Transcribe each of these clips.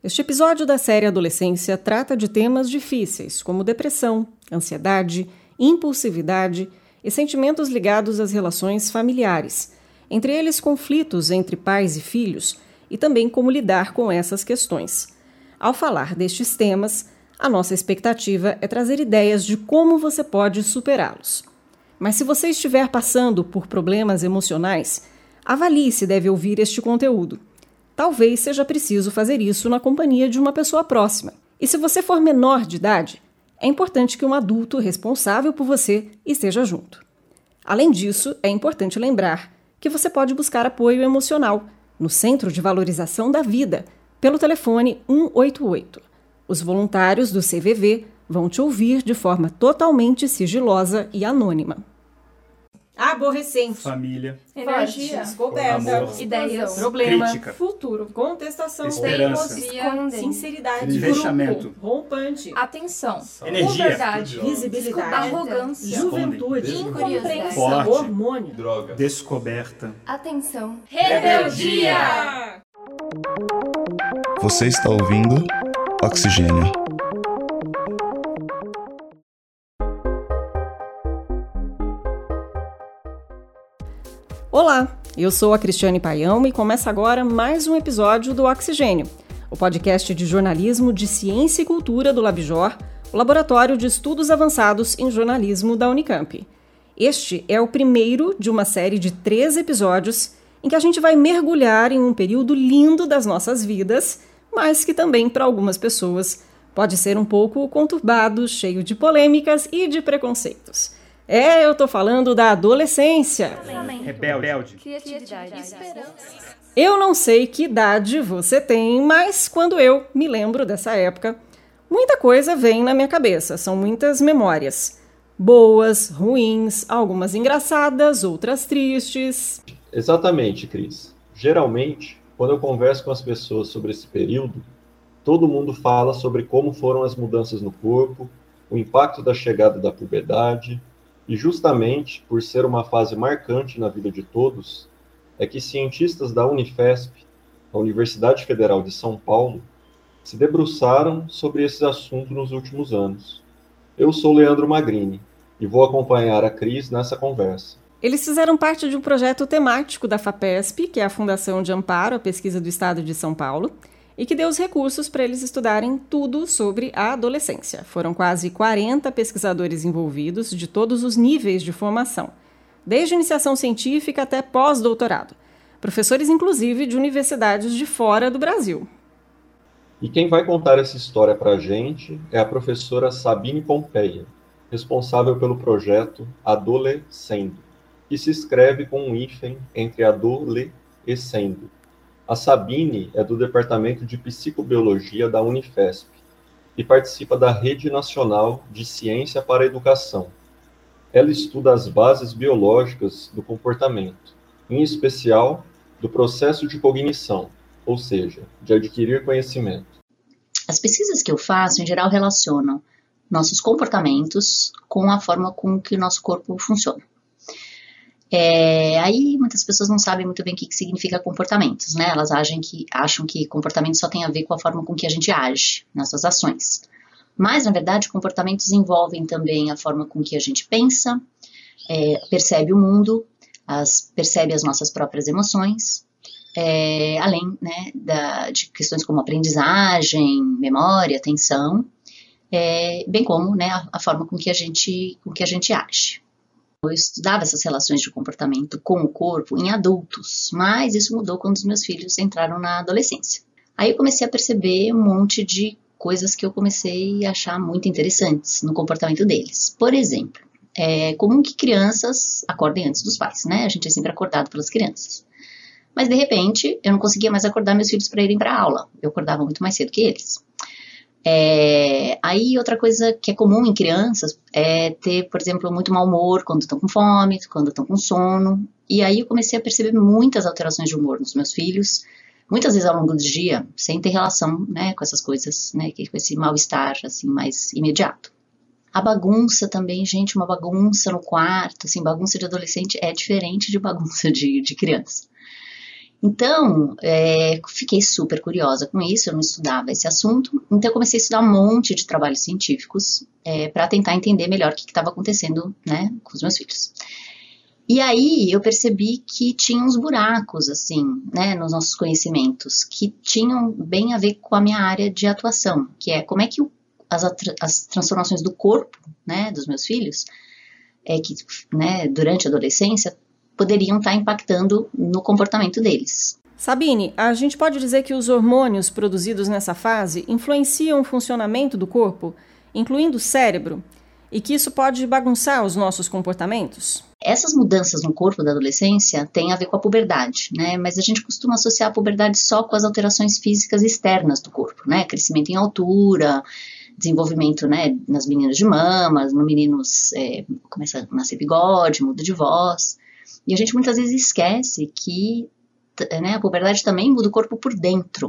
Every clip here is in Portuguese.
Este episódio da série Adolescência trata de temas difíceis, como depressão, ansiedade, impulsividade e sentimentos ligados às relações familiares, entre eles conflitos entre pais e filhos, e também como lidar com essas questões. Ao falar destes temas, a nossa expectativa é trazer ideias de como você pode superá-los. Mas se você estiver passando por problemas emocionais, avalie se deve ouvir este conteúdo. Talvez seja preciso fazer isso na companhia de uma pessoa próxima. E se você for menor de idade, é importante que um adulto responsável por você esteja junto. Além disso, é importante lembrar que você pode buscar apoio emocional no Centro de Valorização da Vida, pelo telefone 188. Os voluntários do CVV vão te ouvir de forma totalmente sigilosa e anônima. Aborrecente. Família. Energia. Descoberta. Amor. Ideias. Problema. Crítica. Futuro. Contestação. Esperança. Teimosia. Sinceridade. Fechamento. Grupo. Rompante. Atenção. Energia. Verdade. Visibilidade. Arrogância. Juventude. Incompreensão. Forte. Hormônio. Droga. Descoberta. Atenção. Rebeldia. Você está ouvindo Oxigênio. Olá, eu sou a Cristiane Paião e começa agora mais um episódio do Oxigênio, o podcast de jornalismo de ciência e cultura do Labjor, o Laboratório de Estudos Avançados em Jornalismo da Unicamp. Este é o primeiro de uma série de 3 episódios em que a gente vai mergulhar em um período lindo das nossas vidas, mas que também, para algumas pessoas, pode ser um pouco conturbado, cheio de polêmicas e de preconceitos. Eu tô falando da adolescência. Rebelde. Criatividade. Esperança. Eu não sei que idade você tem, mas quando eu me lembro dessa época, muita coisa vem na minha cabeça. São muitas memórias. Boas, ruins, algumas engraçadas, outras tristes. Exatamente, Cris. Geralmente, quando eu converso com as pessoas sobre esse período, todo mundo fala sobre como foram as mudanças no corpo, o impacto da chegada da puberdade, e justamente por ser uma fase marcante na vida de todos, é que cientistas da Unifesp, a Universidade Federal de São Paulo, se debruçaram sobre esse assunto nos últimos anos. Eu sou Leandro Magrini e vou acompanhar a Cris nessa conversa. Eles fizeram parte de um projeto temático da FAPESP, que é a Fundação de Amparo à Pesquisa do Estado de São Paulo, e que deu os recursos para eles estudarem tudo sobre a adolescência. Foram quase 40 pesquisadores envolvidos de todos os níveis de formação, desde iniciação científica até pós-doutorado. Professores, inclusive, de universidades de fora do Brasil. E quem vai contar essa história para a gente é a professora Sabine Pompeia, responsável pelo projeto Adolescendo, que se escreve com um hífen entre adole e sendo. A Sabine é do Departamento de Psicobiologia da Unifesp e participa da Rede Nacional de Ciência para a Educação. Ela estuda as bases biológicas do comportamento, em especial do processo de cognição, ou seja, de adquirir conhecimento. As pesquisas que eu faço, em geral, relacionam nossos comportamentos com a forma com que o nosso corpo funciona. Aí muitas pessoas não sabem muito bem o que significa comportamentos, né? Elas acham que comportamento só tem a ver com a forma com que a gente age nas suas ações. Mas, na verdade, comportamentos envolvem também a forma com que a gente pensa, percebe o mundo, percebe as nossas próprias emoções, além, né, de questões como aprendizagem, memória, atenção, bem como, né, a forma com que a gente age. Eu estudava essas relações de comportamento com o corpo em adultos, mas isso mudou quando os meus filhos entraram na adolescência. Aí eu comecei a perceber um monte de coisas que eu comecei a achar muito interessantes no comportamento deles. Por exemplo, é comum que crianças acordem antes dos pais, né? A gente é sempre acordado pelas crianças. Mas, de repente, eu não conseguia mais acordar meus filhos para irem para a aula. Eu acordava muito mais cedo que eles. Aí outra coisa que é comum em crianças é ter, por exemplo, muito mau humor quando estão com fome, quando estão com sono. E aí eu comecei a perceber muitas alterações de humor nos meus filhos, muitas vezes ao longo do dia, sem ter relação, né, com essas coisas, né, com esse mal-estar assim, mais imediato. A bagunça também, gente, uma bagunça no quarto, assim, bagunça de adolescente é diferente de bagunça de criança. Então, fiquei super curiosa com isso, eu não estudava esse assunto, então eu comecei a estudar um monte de trabalhos científicos para tentar entender melhor o que estava acontecendo, né, com os meus filhos. E aí eu percebi que tinha uns buracos, assim, né, nos nossos conhecimentos, que tinham bem a ver com a minha área de atuação, que é como é que as transformações do corpo, né, dos meus filhos, que, né, durante a adolescência, poderiam estar impactando no comportamento deles. Sabine, a gente pode dizer que os hormônios produzidos nessa fase influenciam o funcionamento do corpo, incluindo o cérebro, e que isso pode bagunçar os nossos comportamentos? Essas mudanças no corpo da adolescência têm a ver com a puberdade, né? Mas a gente costuma associar a puberdade só com as alterações físicas externas do corpo, né? Crescimento em altura, desenvolvimento, né, nas meninas de mamas, no meninos começa a nascer bigode, muda de voz. E a gente muitas vezes esquece que, né, a puberdade também muda o corpo por dentro.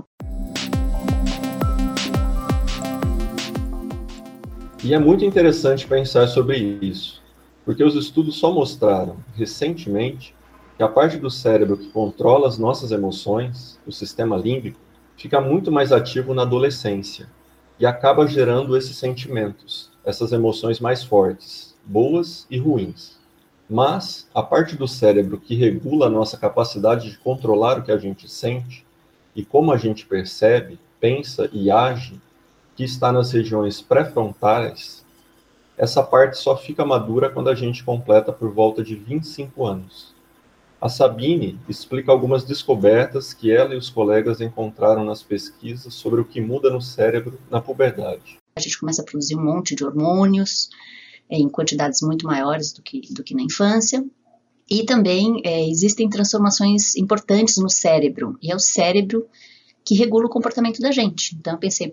E é muito interessante pensar sobre isso, porque os estudos só mostraram, recentemente, que a parte do cérebro que controla as nossas emoções, o sistema límbico, fica muito mais ativo na adolescência e acaba gerando esses sentimentos, essas emoções mais fortes, boas e ruins. Mas a parte do cérebro que regula a nossa capacidade de controlar o que a gente sente e como a gente percebe, pensa e age, que está nas regiões pré-frontais, essa parte só fica madura quando a gente completa por volta de 25 anos. A Sabine explica algumas descobertas que ela e os colegas encontraram nas pesquisas sobre o que muda no cérebro na puberdade. A gente começa a produzir um monte de hormônios em quantidades muito maiores do que na infância. E também existem transformações importantes no cérebro. E é o cérebro que regula o comportamento da gente. Então eu pensei,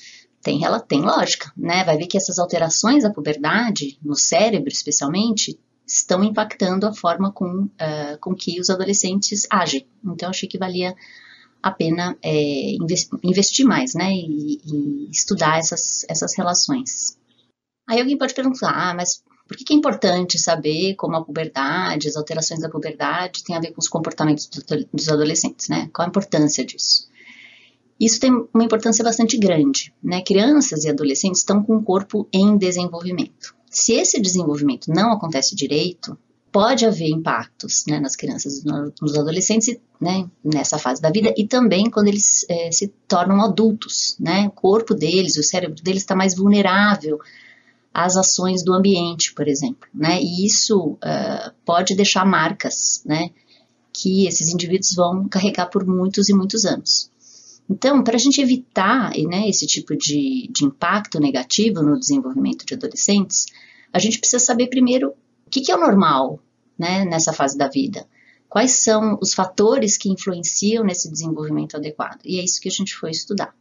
tem lógica, né? Vai ver que essas alterações da puberdade, no cérebro especialmente, estão impactando a forma com que os adolescentes agem. Então, achei que valia a pena investir mais, né? E estudar essas relações. Aí alguém pode perguntar, mas por que é importante saber como a puberdade, as alterações da puberdade têm a ver com os comportamentos dos adolescentes, né? Qual a importância disso? Isso tem uma importância bastante grande, né? Crianças e adolescentes estão com o corpo em desenvolvimento. Se esse desenvolvimento não acontece direito, pode haver impactos, né, nas crianças e nos adolescentes, né, nessa fase da vida, e também quando eles se tornam adultos, né? O corpo deles, o cérebro deles está mais vulnerável às ações do ambiente, por exemplo, né? E isso pode deixar marcas, né, que esses indivíduos vão carregar por muitos e muitos anos. Então, para a gente evitar, né, esse tipo de impacto negativo no desenvolvimento de adolescentes, a gente precisa saber primeiro o que é o normal, né, nessa fase da vida. Quais são os fatores que influenciam nesse desenvolvimento adequado. E é isso que a gente foi estudar.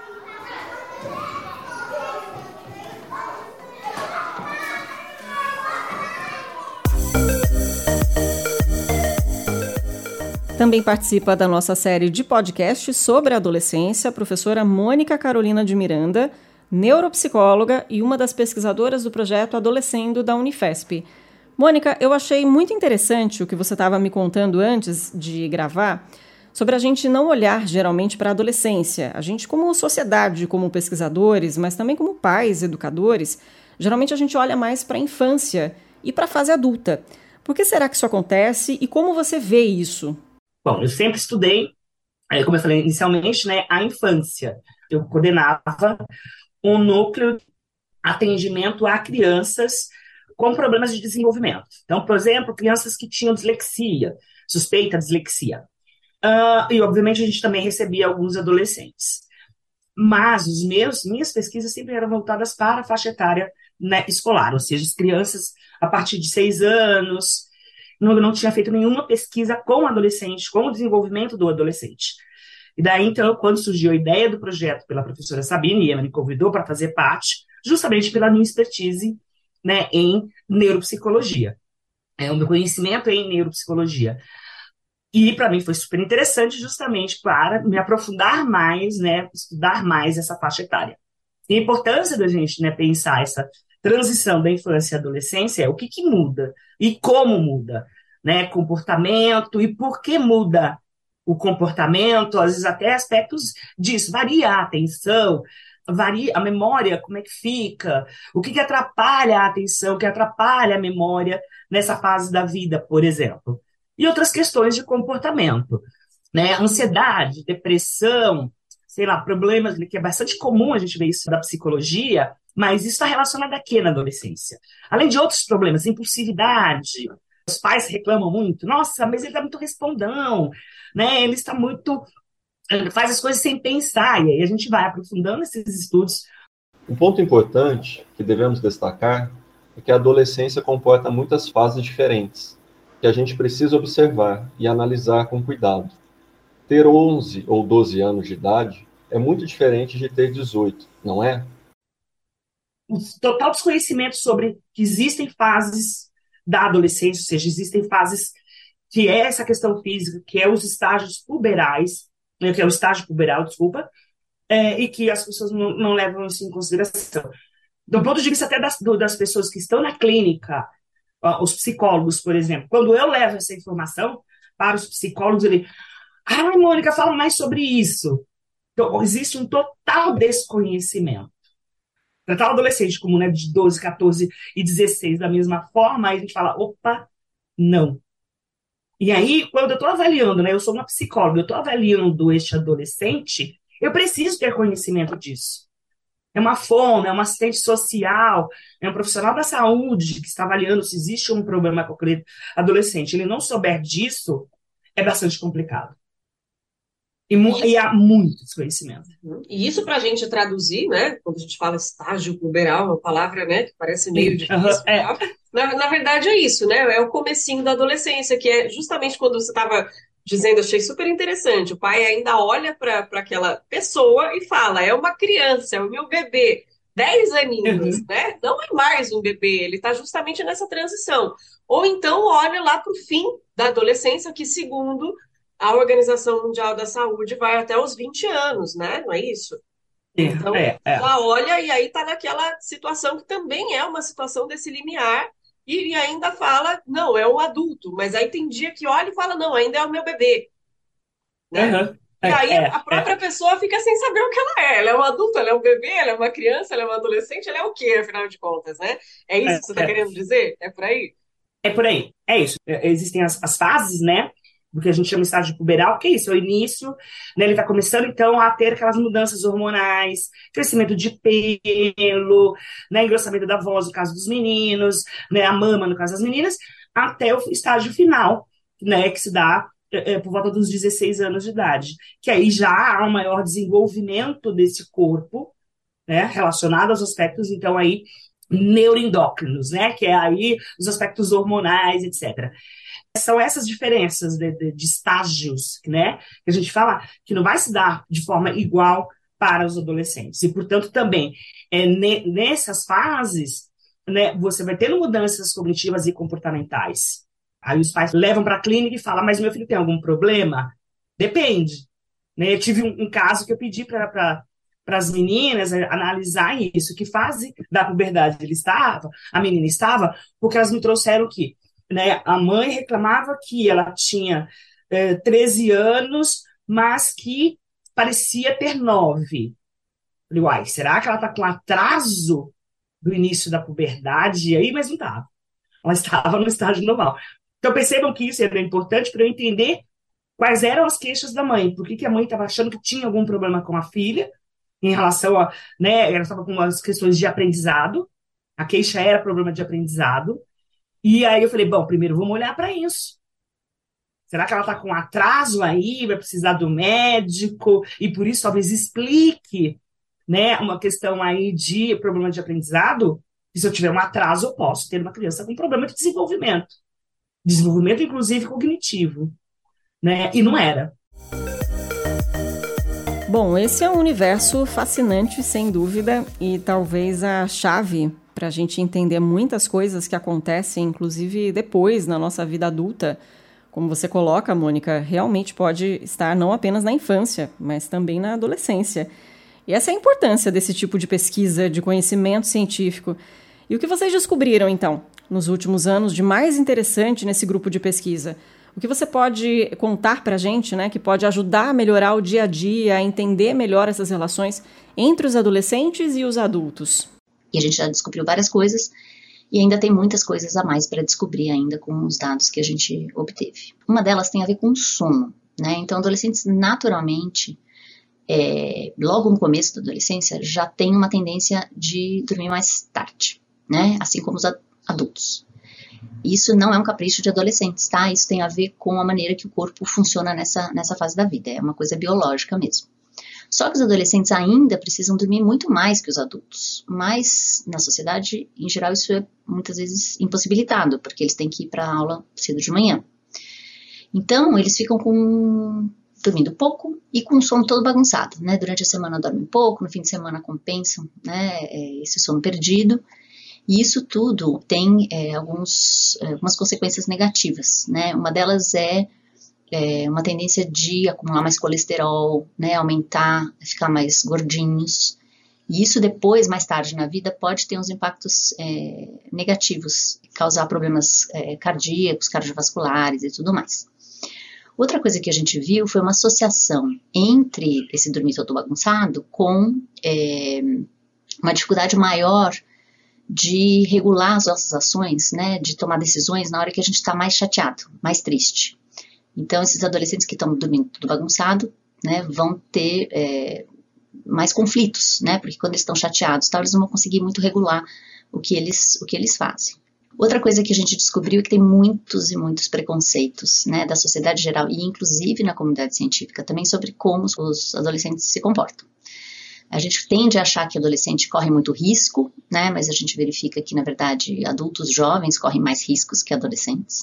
Também participa da nossa série de podcast sobre a adolescência a professora Mônica Carolina de Miranda, neuropsicóloga e uma das pesquisadoras do projeto Adolescendo da Unifesp. Mônica, eu achei muito interessante o que você estava me contando antes de gravar, sobre a gente não olhar geralmente para a adolescência. A gente, como sociedade, como pesquisadores, mas também como pais, educadores, geralmente a gente olha mais para a infância e para a fase adulta. Por que será que isso acontece e como você vê isso? Bom, eu sempre estudei, como eu falei inicialmente, né, a infância. Eu coordenava um núcleo de atendimento a crianças com problemas de desenvolvimento. Então, por exemplo, crianças que tinham dislexia, suspeita de dislexia. E, obviamente, a gente também recebia alguns adolescentes. Mas minhas pesquisas sempre eram voltadas para a faixa etária, né, escolar, ou seja, as crianças a partir de 6 anos. Não tinha feito nenhuma pesquisa com o adolescente, com o desenvolvimento do adolescente. E daí, então, quando surgiu a ideia do projeto pela professora Sabine, ela me convidou para fazer parte, justamente pela minha expertise, né, em neuropsicologia. O meu conhecimento é em neuropsicologia. E para mim foi super interessante justamente para me aprofundar mais, né, estudar mais essa faixa etária. E a importância da gente, né, pensar essa transição da infância e adolescência é o que muda e como muda, né, comportamento e por que muda o comportamento, às vezes até aspectos disso. Varia a atenção, varia a memória, como é que fica, o que atrapalha a atenção, o que atrapalha a memória nessa fase da vida, por exemplo. E outras questões de comportamento, né? Ansiedade, depressão, sei lá, problemas, que é bastante comum a gente ver isso da psicologia, mas isso está relacionado a quê na adolescência? Além de outros problemas, impulsividade, os pais reclamam muito, nossa, mas ele está muito respondão, né? Ele está muito... Ele faz as coisas sem pensar, e aí a gente vai aprofundando esses estudos. Um ponto importante que devemos destacar é que a adolescência comporta muitas fases diferentes, que a gente precisa observar e analisar com cuidado. Ter 11 ou 12 anos de idade é muito diferente de ter 18, não é? O total desconhecimento sobre que existem fases da adolescência, ou seja, existem fases que é essa questão física, que é os estágios puberais, que é o estágio puberal, desculpa, e que as pessoas não levam isso em consideração. Do ponto de vista até das pessoas que estão na clínica, os psicólogos, por exemplo, quando eu levo essa informação para os psicólogos, ai, Mônica, fala mais sobre isso. Então, existe um total desconhecimento. Tratar o adolescente como, né, de 12, 14 e 16 da mesma forma, aí a gente fala, opa, não. E aí, quando eu estou avaliando, né, eu sou uma psicóloga, eu estou avaliando este adolescente, eu preciso ter conhecimento disso. É uma fono, é um assistente social, é um profissional da saúde que está avaliando se existe um problema com aquele adolescente. Ele não souber disso, é bastante complicado. E há muito desconhecimento. E isso para a gente traduzir, né? Quando a gente fala estágio puberal, uma palavra, né, que parece meio difícil. Na verdade é isso, né? É o comecinho da adolescência, que é justamente quando você estava dizendo, achei super interessante. O pai ainda olha para aquela pessoa e fala, é uma criança, é o meu bebê, 10 aninhos, né? Não é mais um bebê, ele está justamente nessa transição. Ou então olha lá para o fim da adolescência, que segundo a Organização Mundial da Saúde vai até os 20 anos, né? Não é isso? Então, já olha e aí está naquela situação que também é uma situação desse limiar e ainda fala, não, é um adulto. Mas aí tem dia que olha e fala, não, ainda é o meu bebê. Né? E aí a própria pessoa fica sem saber o que ela é. Ela é um adulto, ela é um bebê, ela é uma criança, ela é uma adolescente, ela é o quê, afinal de contas, né? É isso que você está querendo dizer? É por aí? É por aí, é isso. Existem as fases, né? Do que a gente chama de estágio puberal, que é isso, é o início, né, ele está começando, então, a ter aquelas mudanças hormonais, crescimento de pelo, né, engrossamento da voz, no caso dos meninos, né, a mama, no caso das meninas, até o estágio final, né, que se dá por volta dos 16 anos de idade, que aí já há um maior desenvolvimento desse corpo, né, relacionado aos aspectos, então, aí, neuroendócrinos, né, que é aí os aspectos hormonais, etc. São essas diferenças de estágios, né, que a gente fala que não vai se dar de forma igual para os adolescentes. E, portanto, também, nessas fases, né, você vai tendo mudanças cognitivas e comportamentais. Aí os pais levam para a clínica e falam, mas meu filho tem algum problema? Depende. Né? Eu tive um caso que eu pedi para as meninas analisar isso, que fase da puberdade a menina estava, porque elas me trouxeram que, né, a mãe reclamava que ela tinha 13 anos, mas que parecia ter 9. Falei, uai, será que ela está com atraso do início da puberdade? E aí, mas não estava. Ela estava no estágio normal. Então, percebam que isso era importante para eu entender quais eram as queixas da mãe. Por que a mãe estava achando que tinha algum problema com a filha, em relação a, né, ela estava com as questões de aprendizado, a queixa era problema de aprendizado. E aí eu falei, bom, primeiro vamos olhar para isso. Será que ela está com atraso aí, vai precisar do médico, e por isso talvez explique, né, uma questão aí de problema de aprendizado? E se eu tiver um atraso, eu posso ter uma criança com problema de desenvolvimento. Desenvolvimento, inclusive, cognitivo. Né? E não era. Bom, esse é um universo fascinante, sem dúvida, e talvez a chave para a gente entender muitas coisas que acontecem, inclusive depois, na nossa vida adulta. Como você coloca, Mônica, realmente pode estar não apenas na infância, mas também na adolescência. E essa é a importância desse tipo de pesquisa, de conhecimento científico. E o que vocês descobriram, então, nos últimos anos, de mais interessante nesse grupo de pesquisa? O O que você pode contar para a gente, né, que pode ajudar a melhorar o dia a dia, a entender melhor essas relações entre os adolescentes e os adultos? E a gente já descobriu várias coisas e ainda tem muitas coisas a mais para descobrir ainda com os dados que a gente obteve. Uma delas tem a ver com o sono, né? Então, adolescentes naturalmente, logo no começo da adolescência, já tem uma tendência de dormir mais tarde, né? Assim como os adultos. Isso não é um capricho de adolescentes, tá? Isso tem a ver com a maneira que o corpo funciona nessa fase da vida. É uma coisa biológica mesmo. Só que os adolescentes ainda precisam dormir muito mais que os adultos. Mas na sociedade, em geral, isso é muitas vezes impossibilitado, porque eles têm que ir para a aula cedo de manhã. Então, eles ficam dormindo pouco e com o sono todo bagunçado, né? Durante a semana dormem pouco, no fim de semana compensam, né, esse sono perdido. E isso tudo tem algumas consequências negativas, né? Uma delas é uma tendência de acumular mais colesterol, né? Aumentar, ficar mais gordinhos. E isso depois, mais tarde na vida, pode ter uns impactos negativos, causar problemas cardíacos, cardiovasculares e tudo mais. Outra coisa que a gente viu foi uma associação entre esse dormir todo bagunçado com uma dificuldade maior de regular as nossas ações, né, de tomar decisões na hora que a gente está mais chateado, mais triste. Então, esses adolescentes que estão dormindo tudo bagunçado, né, vão ter mais conflitos, né, porque quando eles estão chateados, eles não vão conseguir muito regular o que eles fazem. Outra coisa que a gente descobriu é que tem muitos e muitos preconceitos, né, da sociedade geral e inclusive na comunidade científica também sobre como os adolescentes se comportam. A gente tende a achar que adolescente corre muito risco, né, mas a gente verifica que, na verdade, adultos jovens correm mais riscos que adolescentes.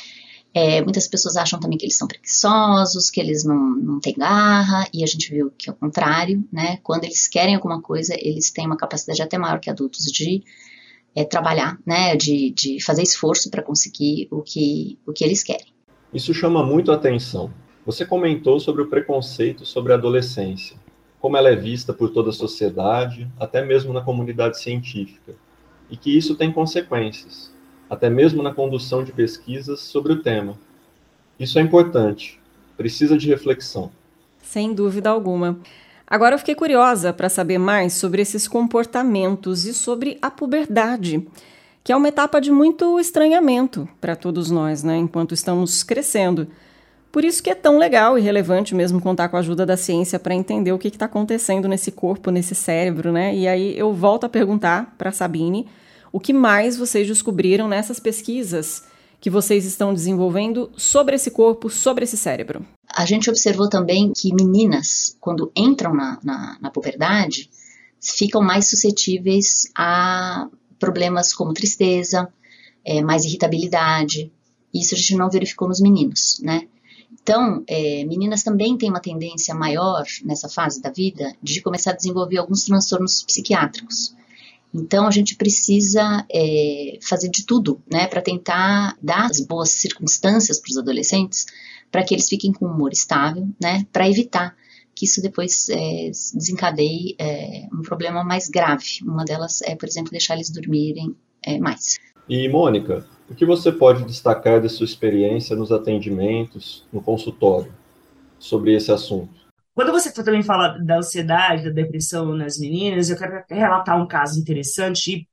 Muitas pessoas acham também que eles são preguiçosos, que eles não têm garra, e a gente viu que é o contrário, né, quando eles querem alguma coisa, eles têm uma capacidade até maior que adultos de trabalhar, né, de fazer esforço para conseguir o que eles querem. Isso chama muito a atenção. Você comentou sobre o preconceito sobre a adolescência, como ela é vista por toda a sociedade, até mesmo na comunidade científica, e que isso tem consequências, até mesmo na condução de pesquisas sobre o tema. Isso é importante, precisa de reflexão. Sem dúvida alguma. Agora eu fiquei curiosa para saber mais sobre esses comportamentos e sobre a puberdade, que é uma etapa de muito estranhamento para todos nós, né, enquanto estamos crescendo. Por isso que é tão legal e relevante mesmo contar com a ajuda da ciência para entender o que está acontecendo nesse corpo, nesse cérebro, né? E aí eu volto a perguntar para a Sabine o que mais vocês descobriram nessas pesquisas que vocês estão desenvolvendo sobre esse corpo, sobre esse cérebro. A gente observou também que meninas, quando entram na puberdade, ficam mais suscetíveis a problemas como tristeza, mais irritabilidade. Isso a gente não verificou nos meninos, né? Então, meninas também têm uma tendência maior nessa fase da vida de começar a desenvolver alguns transtornos psiquiátricos. Então, a gente precisa fazer de tudo, né, para tentar dar as boas circunstâncias para os adolescentes, para que eles fiquem com um humor estável, né, para evitar que isso depois desencadeie um problema mais grave. Uma delas é, por exemplo, deixar eles dormirem mais. E, Mônica, o que você pode destacar da sua experiência nos atendimentos, no consultório, sobre esse assunto? Quando você também fala da ansiedade, da depressão nas meninas, eu quero relatar um caso interessante,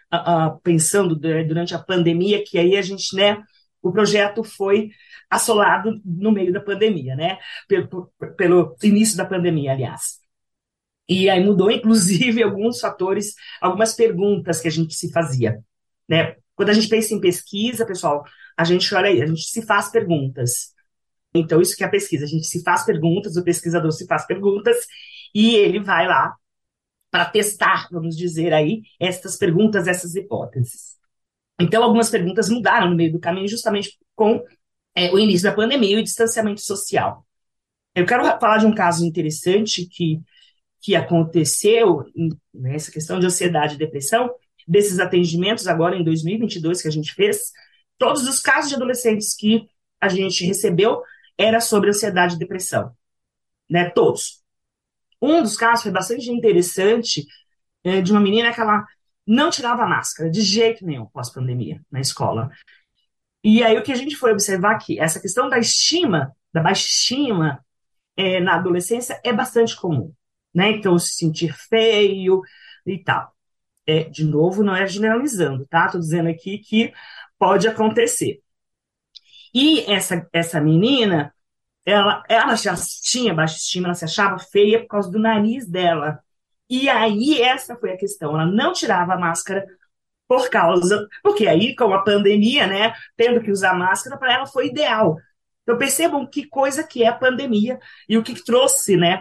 pensando durante a pandemia, que aí a gente, né, o projeto foi assolado no meio da pandemia, né, pelo início da pandemia, aliás. E aí mudou, inclusive, alguns fatores, algumas perguntas que a gente se fazia, né. Quando a gente pensa em pesquisa, pessoal, a gente olha aí, a gente se faz perguntas. Então, isso que é a pesquisa, a gente se faz perguntas, o pesquisador se faz perguntas, e ele vai lá para testar, vamos dizer aí, essas perguntas, essas hipóteses. Então, algumas perguntas mudaram no meio do caminho, justamente com o início da pandemia e o distanciamento social. Eu quero falar de um caso interessante que aconteceu nessa questão de ansiedade e depressão, desses atendimentos agora em 2022 que a gente fez. Todos os casos de adolescentes que a gente recebeu era sobre ansiedade e depressão, né? Todos. Um dos casos foi bastante interessante, de uma menina que ela não tirava a máscara de jeito nenhum pós-pandemia na escola. E aí o que a gente foi observar aqui, essa questão da estima, da baixa estima, na adolescência é bastante comum, né? Então, se sentir feio e tal. De novo, não é generalizando, tá? Tô dizendo aqui que pode acontecer. E essa menina, ela já tinha baixa estima, ela se achava feia por causa do nariz dela. E aí, essa foi a questão. Ela não tirava a máscara porque aí, com a pandemia, né, tendo que usar máscara, para ela foi ideal. Então, percebam que coisa que é a pandemia e o que trouxe, né,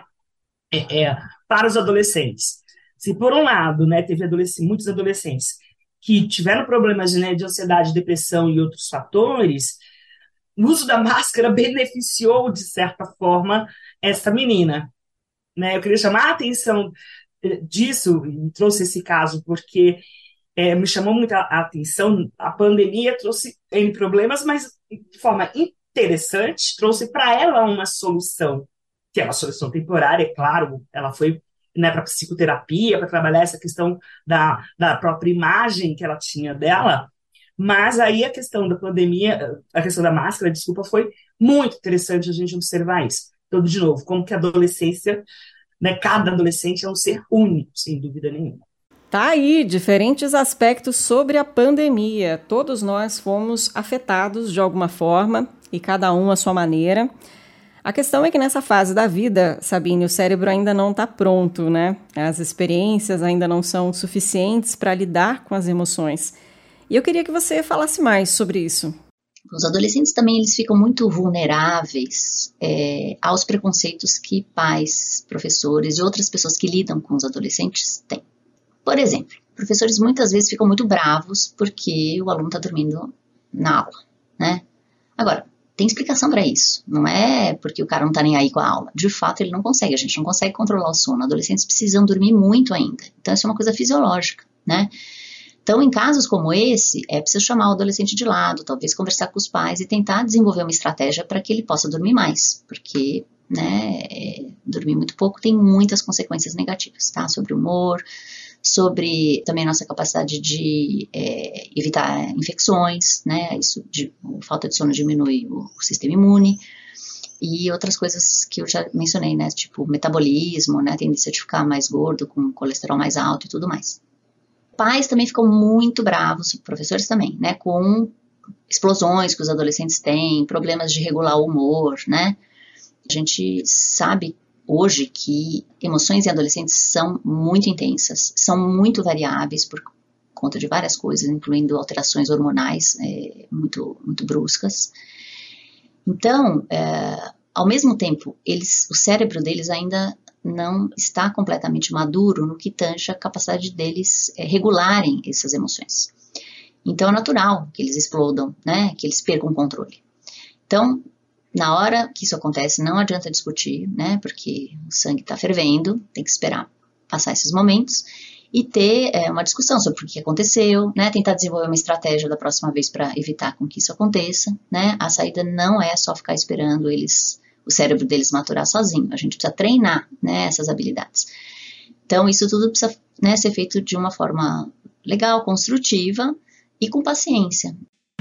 para os adolescentes. Se, por um lado, né, teve muitos adolescentes que tiveram problemas, né, de ansiedade, depressão e outros fatores, o uso da máscara beneficiou, de certa forma, essa menina. Né? Eu queria chamar a atenção disso, e trouxe esse caso, porque me chamou muito a atenção. A pandemia trouxe N problemas, mas de forma interessante, trouxe para ela uma solução, que é uma solução temporária, é claro. Ela foi, né, para psicoterapia, para trabalhar essa questão da própria imagem que ela tinha dela, mas aí a questão da pandemia, a questão da máscara, desculpa, foi muito interessante a gente observar isso. Então, de novo, como que a adolescência, né, cada adolescente é um ser único, sem dúvida nenhuma. Tá aí, diferentes aspectos sobre a pandemia. Todos nós fomos afetados de alguma forma e cada um à sua maneira. A questão é que nessa fase da vida, Sabine, o cérebro ainda não está pronto, né? As experiências ainda não são suficientes para lidar com as emoções. E eu queria que você falasse mais sobre isso. Os adolescentes também eles ficam muito vulneráveis aos preconceitos que pais, professores e outras pessoas que lidam com os adolescentes têm. Por exemplo, professores muitas vezes ficam muito bravos porque o aluno está dormindo na aula, né? Agora, tem explicação para isso. Não é porque o cara não está nem aí com a aula. De fato, ele não consegue. A gente não consegue controlar o sono. Adolescentes precisam dormir muito ainda. Então, isso é uma coisa fisiológica, né? Então, em casos como esse, é preciso chamar o adolescente de lado, talvez conversar com os pais e tentar desenvolver uma estratégia para que ele possa dormir mais, porque, né, dormir muito pouco tem muitas consequências negativas, tá? Sobre o humor, sobre também nossa capacidade de evitar infecções, né? Falta de sono diminui o sistema imune e outras coisas que eu já mencionei, né? Tipo metabolismo, né? Tendência de ficar mais gordo, com colesterol mais alto e tudo mais. Pais também ficam muito bravos, professores também, né, com explosões que os adolescentes têm, problemas de regular o humor, né. A gente sabe hoje que emoções em adolescentes são muito intensas, são muito variáveis por conta de várias coisas, incluindo alterações hormonais muito, muito bruscas. Então, ao mesmo tempo, o cérebro deles ainda não está completamente maduro no que tange a capacidade deles regularem essas emoções. Então é natural que eles explodam, né, que eles percam o controle. Então, na hora que isso acontece, não adianta discutir, né, porque o sangue está fervendo, tem que esperar passar esses momentos e ter uma discussão sobre o que aconteceu, né, tentar desenvolver uma estratégia da próxima vez para evitar com que isso aconteça, né. A saída não é só ficar esperando o cérebro deles maturar sozinho. A gente precisa treinar, né, essas habilidades. Então, isso tudo precisa, né, ser feito de uma forma legal, construtiva e com paciência.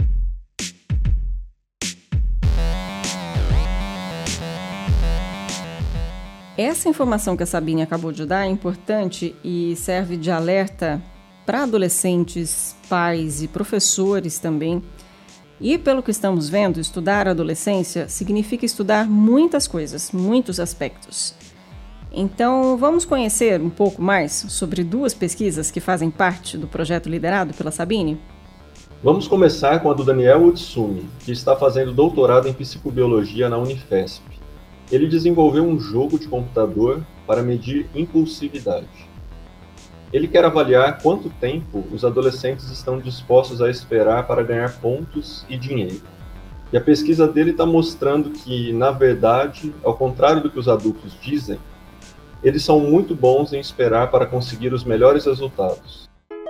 Essa informação que a Sabine acabou de dar é importante e serve de alerta para adolescentes, pais e professores também. E pelo que estamos vendo, estudar a adolescência significa estudar muitas coisas, muitos aspectos. Então, vamos conhecer um pouco mais sobre duas pesquisas que fazem parte do projeto liderado pela Sabine? Vamos começar com a do Daniel Utsumi, que está fazendo doutorado em psicobiologia na Unifesp. Ele desenvolveu um jogo de computador para medir impulsividade. Ele quer avaliar quanto tempo os adolescentes estão dispostos a esperar para ganhar pontos e dinheiro. E a pesquisa dele está mostrando que, na verdade, ao contrário do que os adultos dizem, eles são muito bons em esperar para conseguir os melhores resultados.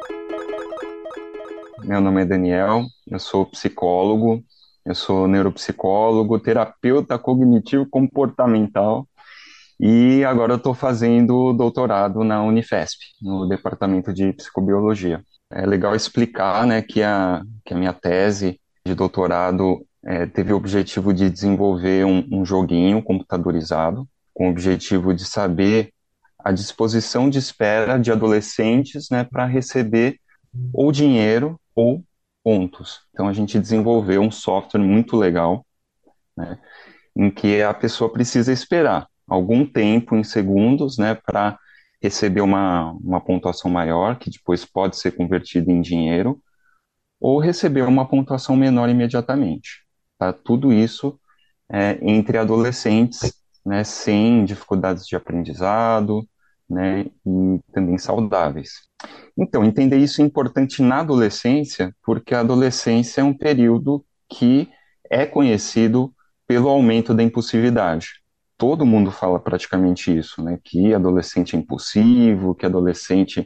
Meu nome é Daniel, eu sou psicólogo, eu sou neuropsicólogo, terapeuta cognitivo comportamental. E agora eu estou fazendo doutorado na Unifesp, no departamento de psicobiologia. É legal explicar, né, que a minha tese de doutorado teve o objetivo de desenvolver um joguinho computadorizado, com o objetivo de saber a disposição de espera de adolescentes, né, para receber ou dinheiro ou pontos. Então a gente desenvolveu um software muito legal, né, em que a pessoa precisa esperar algum tempo, em segundos, né, para receber uma pontuação maior, que depois pode ser convertida em dinheiro, ou receber uma pontuação menor imediatamente. Tá? Tudo isso entre adolescentes, né, sem dificuldades de aprendizado, né, e também saudáveis. Então, entender isso é importante na adolescência, porque a adolescência é um período que é conhecido pelo aumento da impulsividade. Todo mundo fala praticamente isso, né, que adolescente é impulsivo, que adolescente,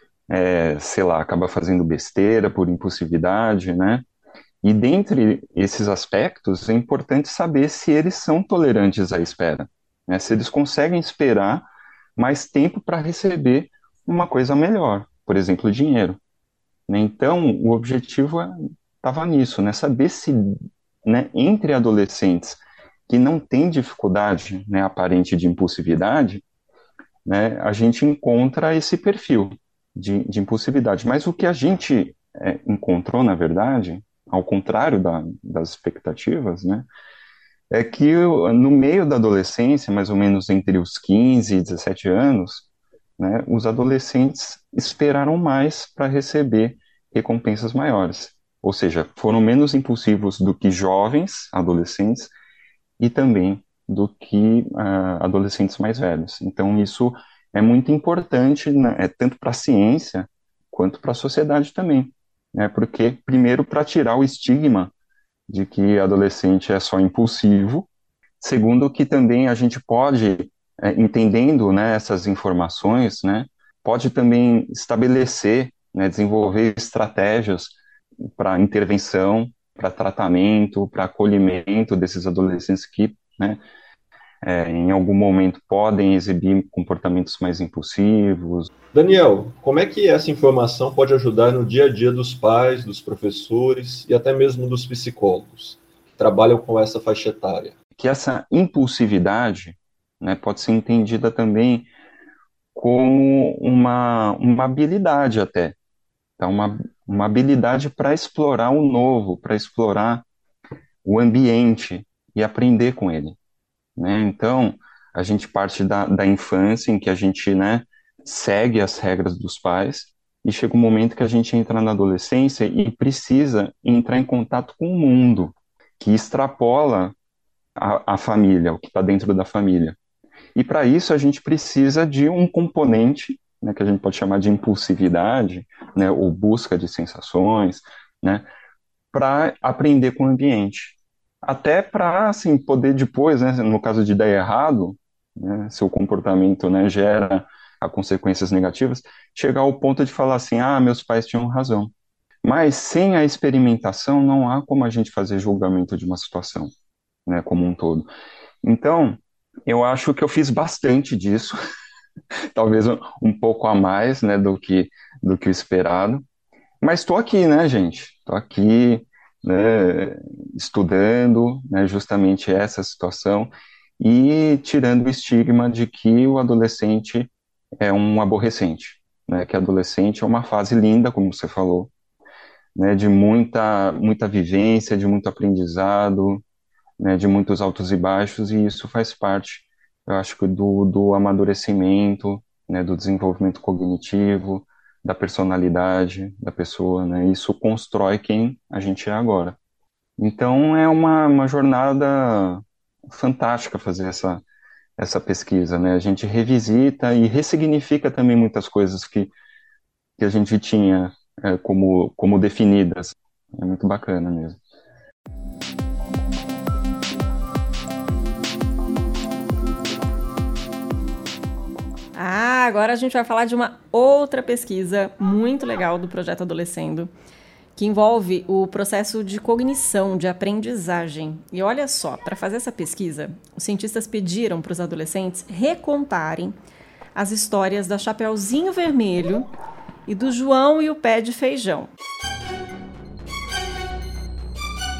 sei lá, acaba fazendo besteira por impulsividade, né? E dentre esses aspectos, é importante saber se eles são tolerantes à espera, né? Se eles conseguem esperar mais tempo para receber uma coisa melhor, por exemplo, dinheiro, né? Então, o objetivo estava nisso, né? Saber se, né, entre adolescentes que não têm dificuldade, né, aparente de impulsividade, né, a gente encontra esse perfil de impulsividade. Mas o que a gente encontrou, na verdade, ao contrário das expectativas, né, é que no meio da adolescência, mais ou menos entre os 15 e 17 anos, né, os adolescentes esperaram mais para receber recompensas maiores. Ou seja, foram menos impulsivos do que jovens adolescentes e também do que adolescentes mais velhos. Então, isso é muito importante, né, tanto para a ciência quanto para a sociedade também, né, porque, primeiro, para tirar o estigma de que adolescente é só impulsivo, segundo, que também a gente pode, entendendo, né, essas informações, né, pode também estabelecer, né, desenvolver estratégias para intervenção, para tratamento, para acolhimento desses adolescentes que, né, em algum momento podem exibir comportamentos mais impulsivos. Daniel, como é que essa informação pode ajudar no dia a dia dos pais, dos professores e até mesmo dos psicólogos que trabalham com essa faixa etária? Que essa impulsividade, né, pode ser entendida também como uma habilidade até. Então, uma habilidade para explorar o novo, para explorar o ambiente e aprender com ele, né? Então, a gente parte da infância, em que a gente, né, segue as regras dos pais, e chega um momento que a gente entra na adolescência e precisa entrar em contato com o mundo, que extrapola a família, o que está dentro da família. E para isso a gente precisa de um componente, né, que a gente pode chamar de impulsividade, né, ou busca de sensações, né, para aprender com o ambiente. Até para, assim, poder depois, né, no caso de dar errado, né, seu comportamento, né, gera consequências negativas, chegar ao ponto de falar assim, meus pais tinham razão. Mas sem a experimentação não há como a gente fazer julgamento de uma situação, né, como um todo. Então, eu acho que eu fiz bastante disso, talvez um pouco a mais, né, do que o esperado. Mas estou aqui, né, gente? Estou aqui, né, estudando, né, justamente essa situação e tirando o estigma de que o adolescente é um aborrecente, né, que adolescente é uma fase linda, como você falou, né, de muita vivência, de muito aprendizado, né, de muitos altos e baixos, e isso faz parte, eu acho que do amadurecimento, né, do desenvolvimento cognitivo, da personalidade da pessoa, né, isso constrói quem a gente é agora. Então é uma jornada fantástica fazer essa pesquisa, né, a gente revisita e ressignifica também muitas coisas que a gente tinha como definidas, é muito bacana mesmo. Agora a gente vai falar de uma outra pesquisa muito legal do Projeto Adolescendo, que envolve o processo de cognição, de aprendizagem. E olha só, para fazer essa pesquisa, os cientistas pediram para os adolescentes recontarem as histórias da Chapeuzinho Vermelho e do João e o Pé de Feijão.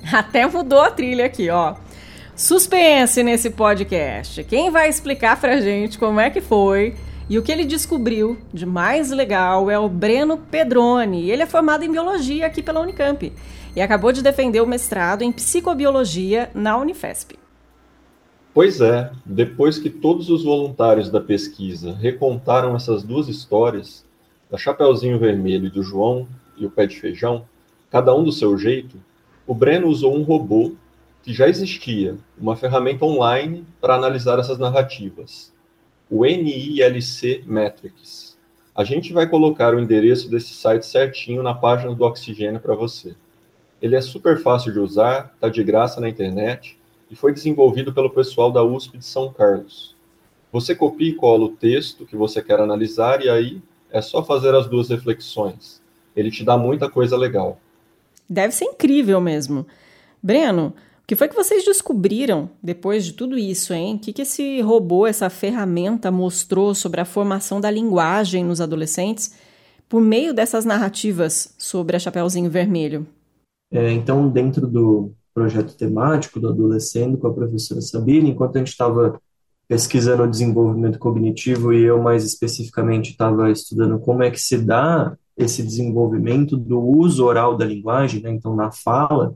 Até mudou a trilha aqui, ó. Suspense nesse podcast. Quem vai explicar pra gente como é que foi e o que ele descobriu de mais legal é o Breno Pedroni. Ele é formado em biologia aqui pela Unicamp e acabou de defender o mestrado em psicobiologia na Unifesp. Pois é, depois que todos os voluntários da pesquisa recontaram essas duas histórias, da Chapeuzinho Vermelho e do João e o Pé de Feijão, cada um do seu jeito, o Breno usou um robô que já existia, uma ferramenta online para analisar essas narrativas, o NILC Metrics. A gente vai colocar o endereço desse site certinho na página do Oxigênio para você. Ele é super fácil de usar, está de graça na internet e foi desenvolvido pelo pessoal da USP de São Carlos. Você copia e cola o texto que você quer analisar e aí é só fazer as duas reflexões. Ele te dá muita coisa legal. Deve ser incrível mesmo. Breno, o que foi que vocês descobriram depois de tudo isso, hein? O que esse robô, essa ferramenta mostrou sobre a formação da linguagem nos adolescentes por meio dessas narrativas sobre a Chapeuzinho Vermelho? Então, dentro do projeto temático do Adolescendo com a professora Sabine, enquanto a gente estava pesquisando o desenvolvimento cognitivo e eu mais especificamente estava estudando como é que se dá esse desenvolvimento do uso oral da linguagem, né? Então, na fala,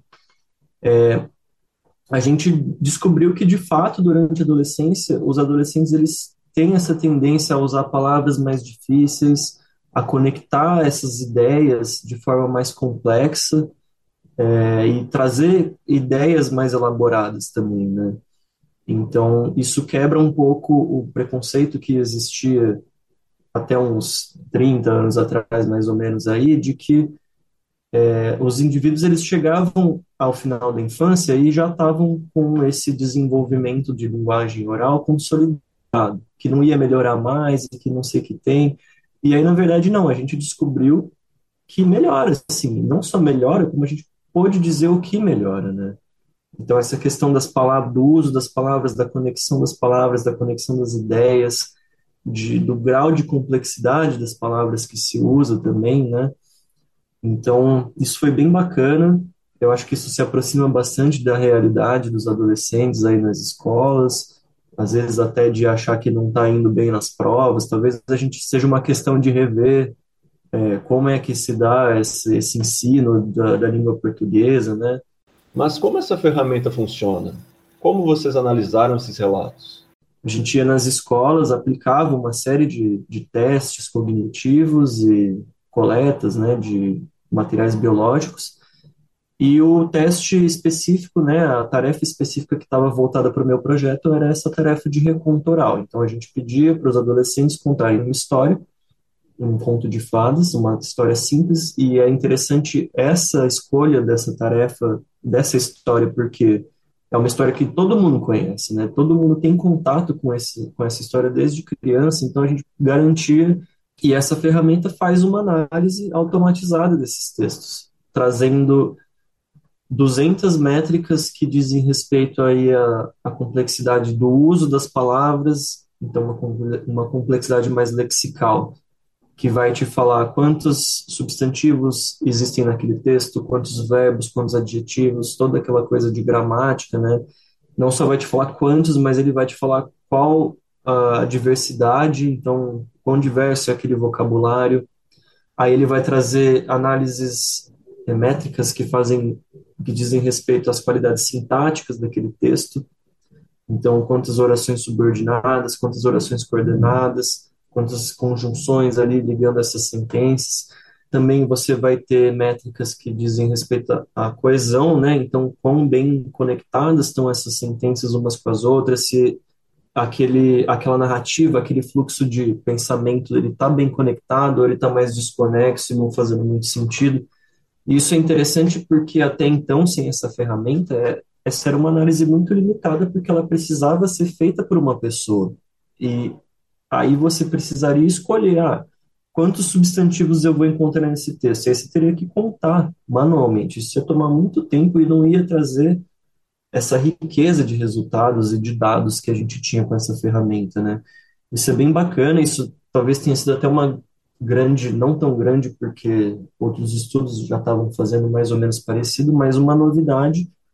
a gente descobriu que, de fato, durante a adolescência, os adolescentes eles têm essa tendência a usar palavras mais difíceis, a conectar essas ideias de forma mais complexa, e trazer ideias mais elaboradas também, né? Então, isso quebra um pouco o preconceito que existia até uns 30 anos atrás, mais ou menos, aí, de que os indivíduos eles chegavam ao final da infância e já estavam com esse desenvolvimento de linguagem oral consolidado, que não ia melhorar mais, e que não sei o que tem. E aí, na verdade, não, a gente descobriu que melhora, assim, não só melhora, como a gente pode dizer o que melhora, né? Então, essa questão das palavras, do uso das palavras, da conexão das palavras, da conexão das ideias, do grau de complexidade das palavras que se usa também, né? Então, isso foi bem bacana. Eu acho que isso se aproxima bastante da realidade dos adolescentes aí nas escolas, às vezes até de achar que não está indo bem nas provas. Talvez a gente seja uma questão de rever como é que se dá esse ensino da língua portuguesa, né? Mas como essa ferramenta funciona? Como vocês analisaram esses relatos? A gente ia nas escolas, aplicava uma série de testes cognitivos e coletas, né, de materiais biológicos, e o teste específico, né, a tarefa específica que estava voltada para o meu projeto era essa tarefa de reconto oral. Então a gente pedia para os adolescentes contarem uma história, um conto de fadas, uma história simples, e é interessante essa escolha dessa tarefa, dessa história, porque é uma história que todo mundo conhece, né? Todo mundo tem contato com essa história desde criança, então a gente garantia que essa ferramenta faz uma análise automatizada desses textos, trazendo 200 métricas que dizem respeito aí à complexidade do uso das palavras, então uma complexidade mais lexical, que vai te falar quantos substantivos existem naquele texto, quantos verbos, quantos adjetivos, toda aquela coisa de gramática, né? Não só vai te falar quantos, mas ele vai te falar qual a diversidade, então, quão diverso é aquele vocabulário. Aí ele vai trazer análises métricas que dizem respeito às qualidades sintáticas daquele texto. Então, quantas orações subordinadas, quantas orações coordenadas, quantas conjunções ali ligando essas sentenças. Também você vai ter métricas que dizem respeito à coesão, né? Então, quão bem conectadas estão essas sentenças umas com as outras, se aquela narrativa, aquele fluxo de pensamento, ele está bem conectado, ou ele está mais desconexo e não fazendo muito sentido. E isso é interessante porque até então, sem essa ferramenta, essa era uma análise muito limitada, porque ela precisava ser feita por uma pessoa. E aí você precisaria escolher, quantos substantivos eu vou encontrar nesse texto. Aí você teria que contar manualmente. Isso ia tomar muito tempo e não ia trazer essa riqueza de resultados e de dados que a gente tinha com essa ferramenta, né? Isso é bem bacana, isso talvez tenha sido até uma grande, não tão grande, porque outros estudos já estavam fazendo mais ou menos parecido, mas uma novidade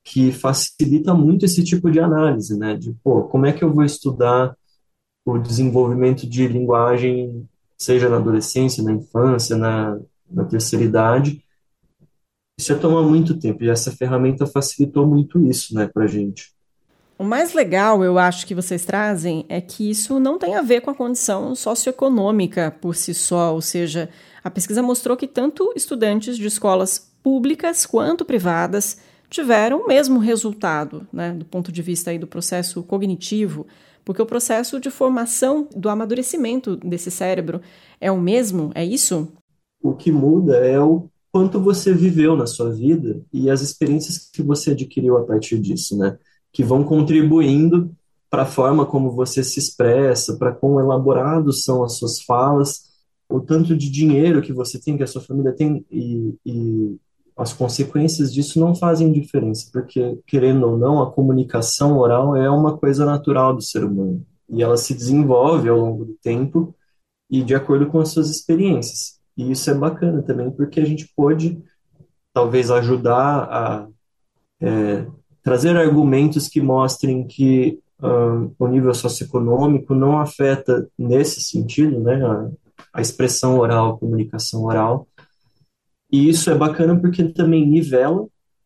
que facilita muito esse tipo de análise, né? De, como é que eu vou estudar o desenvolvimento de linguagem, seja na adolescência, na infância, na terceira idade. Isso ia tomar muito tempo, e essa ferramenta facilitou muito isso, né, pra gente. O mais legal, eu acho, que vocês trazem é que isso não tem a ver com a condição socioeconômica por si só, ou seja, a pesquisa mostrou que tanto estudantes de escolas públicas quanto privadas tiveram o mesmo resultado, né, do ponto de vista aí do processo cognitivo, porque o processo de formação do amadurecimento desse cérebro é o mesmo, é isso? O que muda é o quanto você viveu na sua vida e as experiências que você adquiriu a partir disso, né? Que vão contribuindo para a forma como você se expressa, para quão elaborados são as suas falas, o tanto de dinheiro que você tem, que a sua família tem, e as consequências disso não fazem diferença, porque, querendo ou não, a comunicação oral é uma coisa natural do ser humano, e ela se desenvolve ao longo do tempo e de acordo com as suas experiências. E isso é bacana também, porque a gente pode, talvez, ajudar a trazer argumentos que mostrem que o nível socioeconômico não afeta nesse sentido, né, a expressão oral, a comunicação oral. E isso é bacana porque também nivela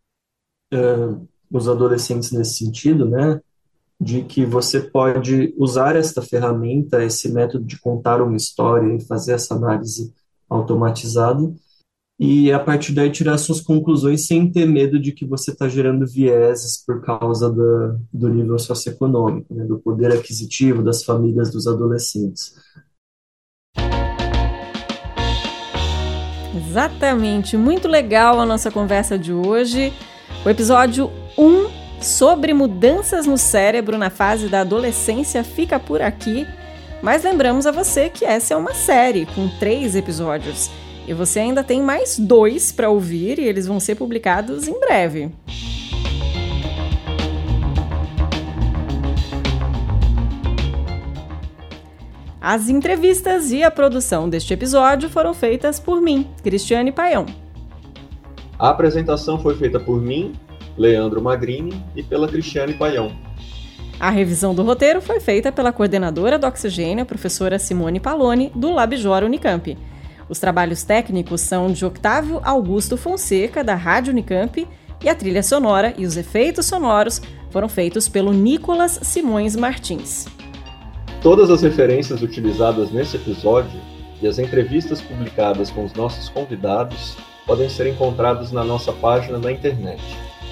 os adolescentes nesse sentido, né, de que você pode usar esta ferramenta, esse método de contar uma história e fazer essa análise automatizada, e a partir daí tirar suas conclusões sem ter medo de que você está gerando vieses por causa do nível socioeconômico, né, do poder aquisitivo das famílias dos adolescentes. Exatamente, muito legal a nossa conversa de hoje. O episódio 1 sobre mudanças no cérebro na fase da adolescência fica por aqui, mas lembramos a você que essa é uma série com 3 episódios e você ainda tem mais 2 para ouvir e eles vão ser publicados em breve. As entrevistas e a produção deste episódio foram feitas por mim, Cristiane Paião. A apresentação foi feita por mim, Leandro Magrini, e pela Cristiane Paião. A revisão do roteiro foi feita pela coordenadora do Oxigênio, a professora Simone Paloni, do Labjor Unicamp. Os trabalhos técnicos são de Octávio Augusto Fonseca, da Rádio Unicamp, e a trilha sonora e os efeitos sonoros foram feitos pelo Nicolas Simões Martins. Todas as referências utilizadas nesse episódio e as entrevistas publicadas com os nossos convidados podem ser encontradas na nossa página na internet,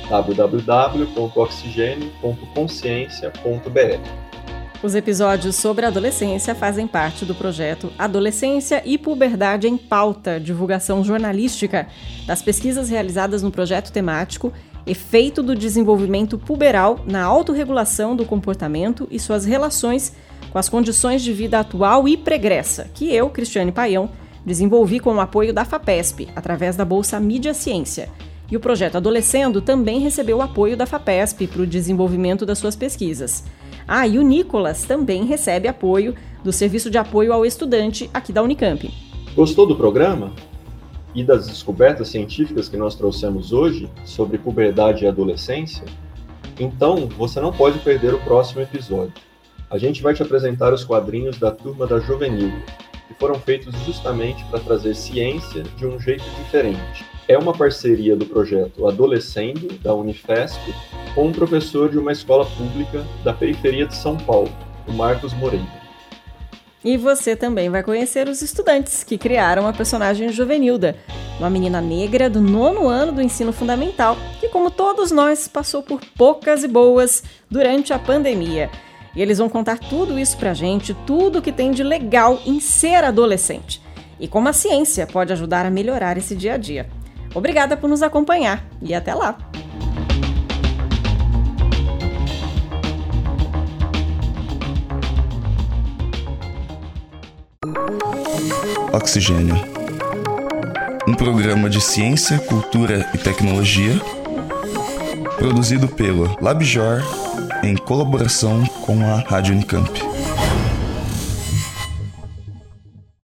www.oxigênio.consciência.br. Os episódios sobre a adolescência fazem parte do projeto Adolescência e Puberdade em Pauta, divulgação jornalística das pesquisas realizadas no projeto temático Efeito do Desenvolvimento Puberal na Autorregulação do Comportamento e suas relações com as condições de vida atual e pregressa, que eu, Cristiane Paião, desenvolvi com o apoio da FAPESP, através da Bolsa Mídia Ciência. E o projeto Adolescendo também recebeu o apoio da FAPESP para o desenvolvimento das suas pesquisas. E o Nicolas também recebe apoio do Serviço de Apoio ao Estudante aqui da Unicamp. Gostou do programa? E das descobertas científicas que nós trouxemos hoje sobre puberdade e adolescência? Então, você não pode perder o próximo episódio. A gente vai te apresentar os quadrinhos da Turma da Juvenilda, que foram feitos justamente para trazer ciência de um jeito diferente. É uma parceria do projeto Adolescendo, da Unifesp, com um professor de uma escola pública da periferia de São Paulo, o Marcos Moreira. E você também vai conhecer os estudantes que criaram a personagem Juvenilda, uma menina negra do 9º ano do ensino fundamental, que, como todos nós, passou por poucas e boas durante a pandemia. E eles vão contar tudo isso pra gente, tudo que tem de legal em ser adolescente. E como a ciência pode ajudar a melhorar esse dia a dia. Obrigada por nos acompanhar e até lá! Oxigênio. Um programa de ciência, cultura e tecnologia produzido pelo Labjor em colaboração com a Rádio Unicamp.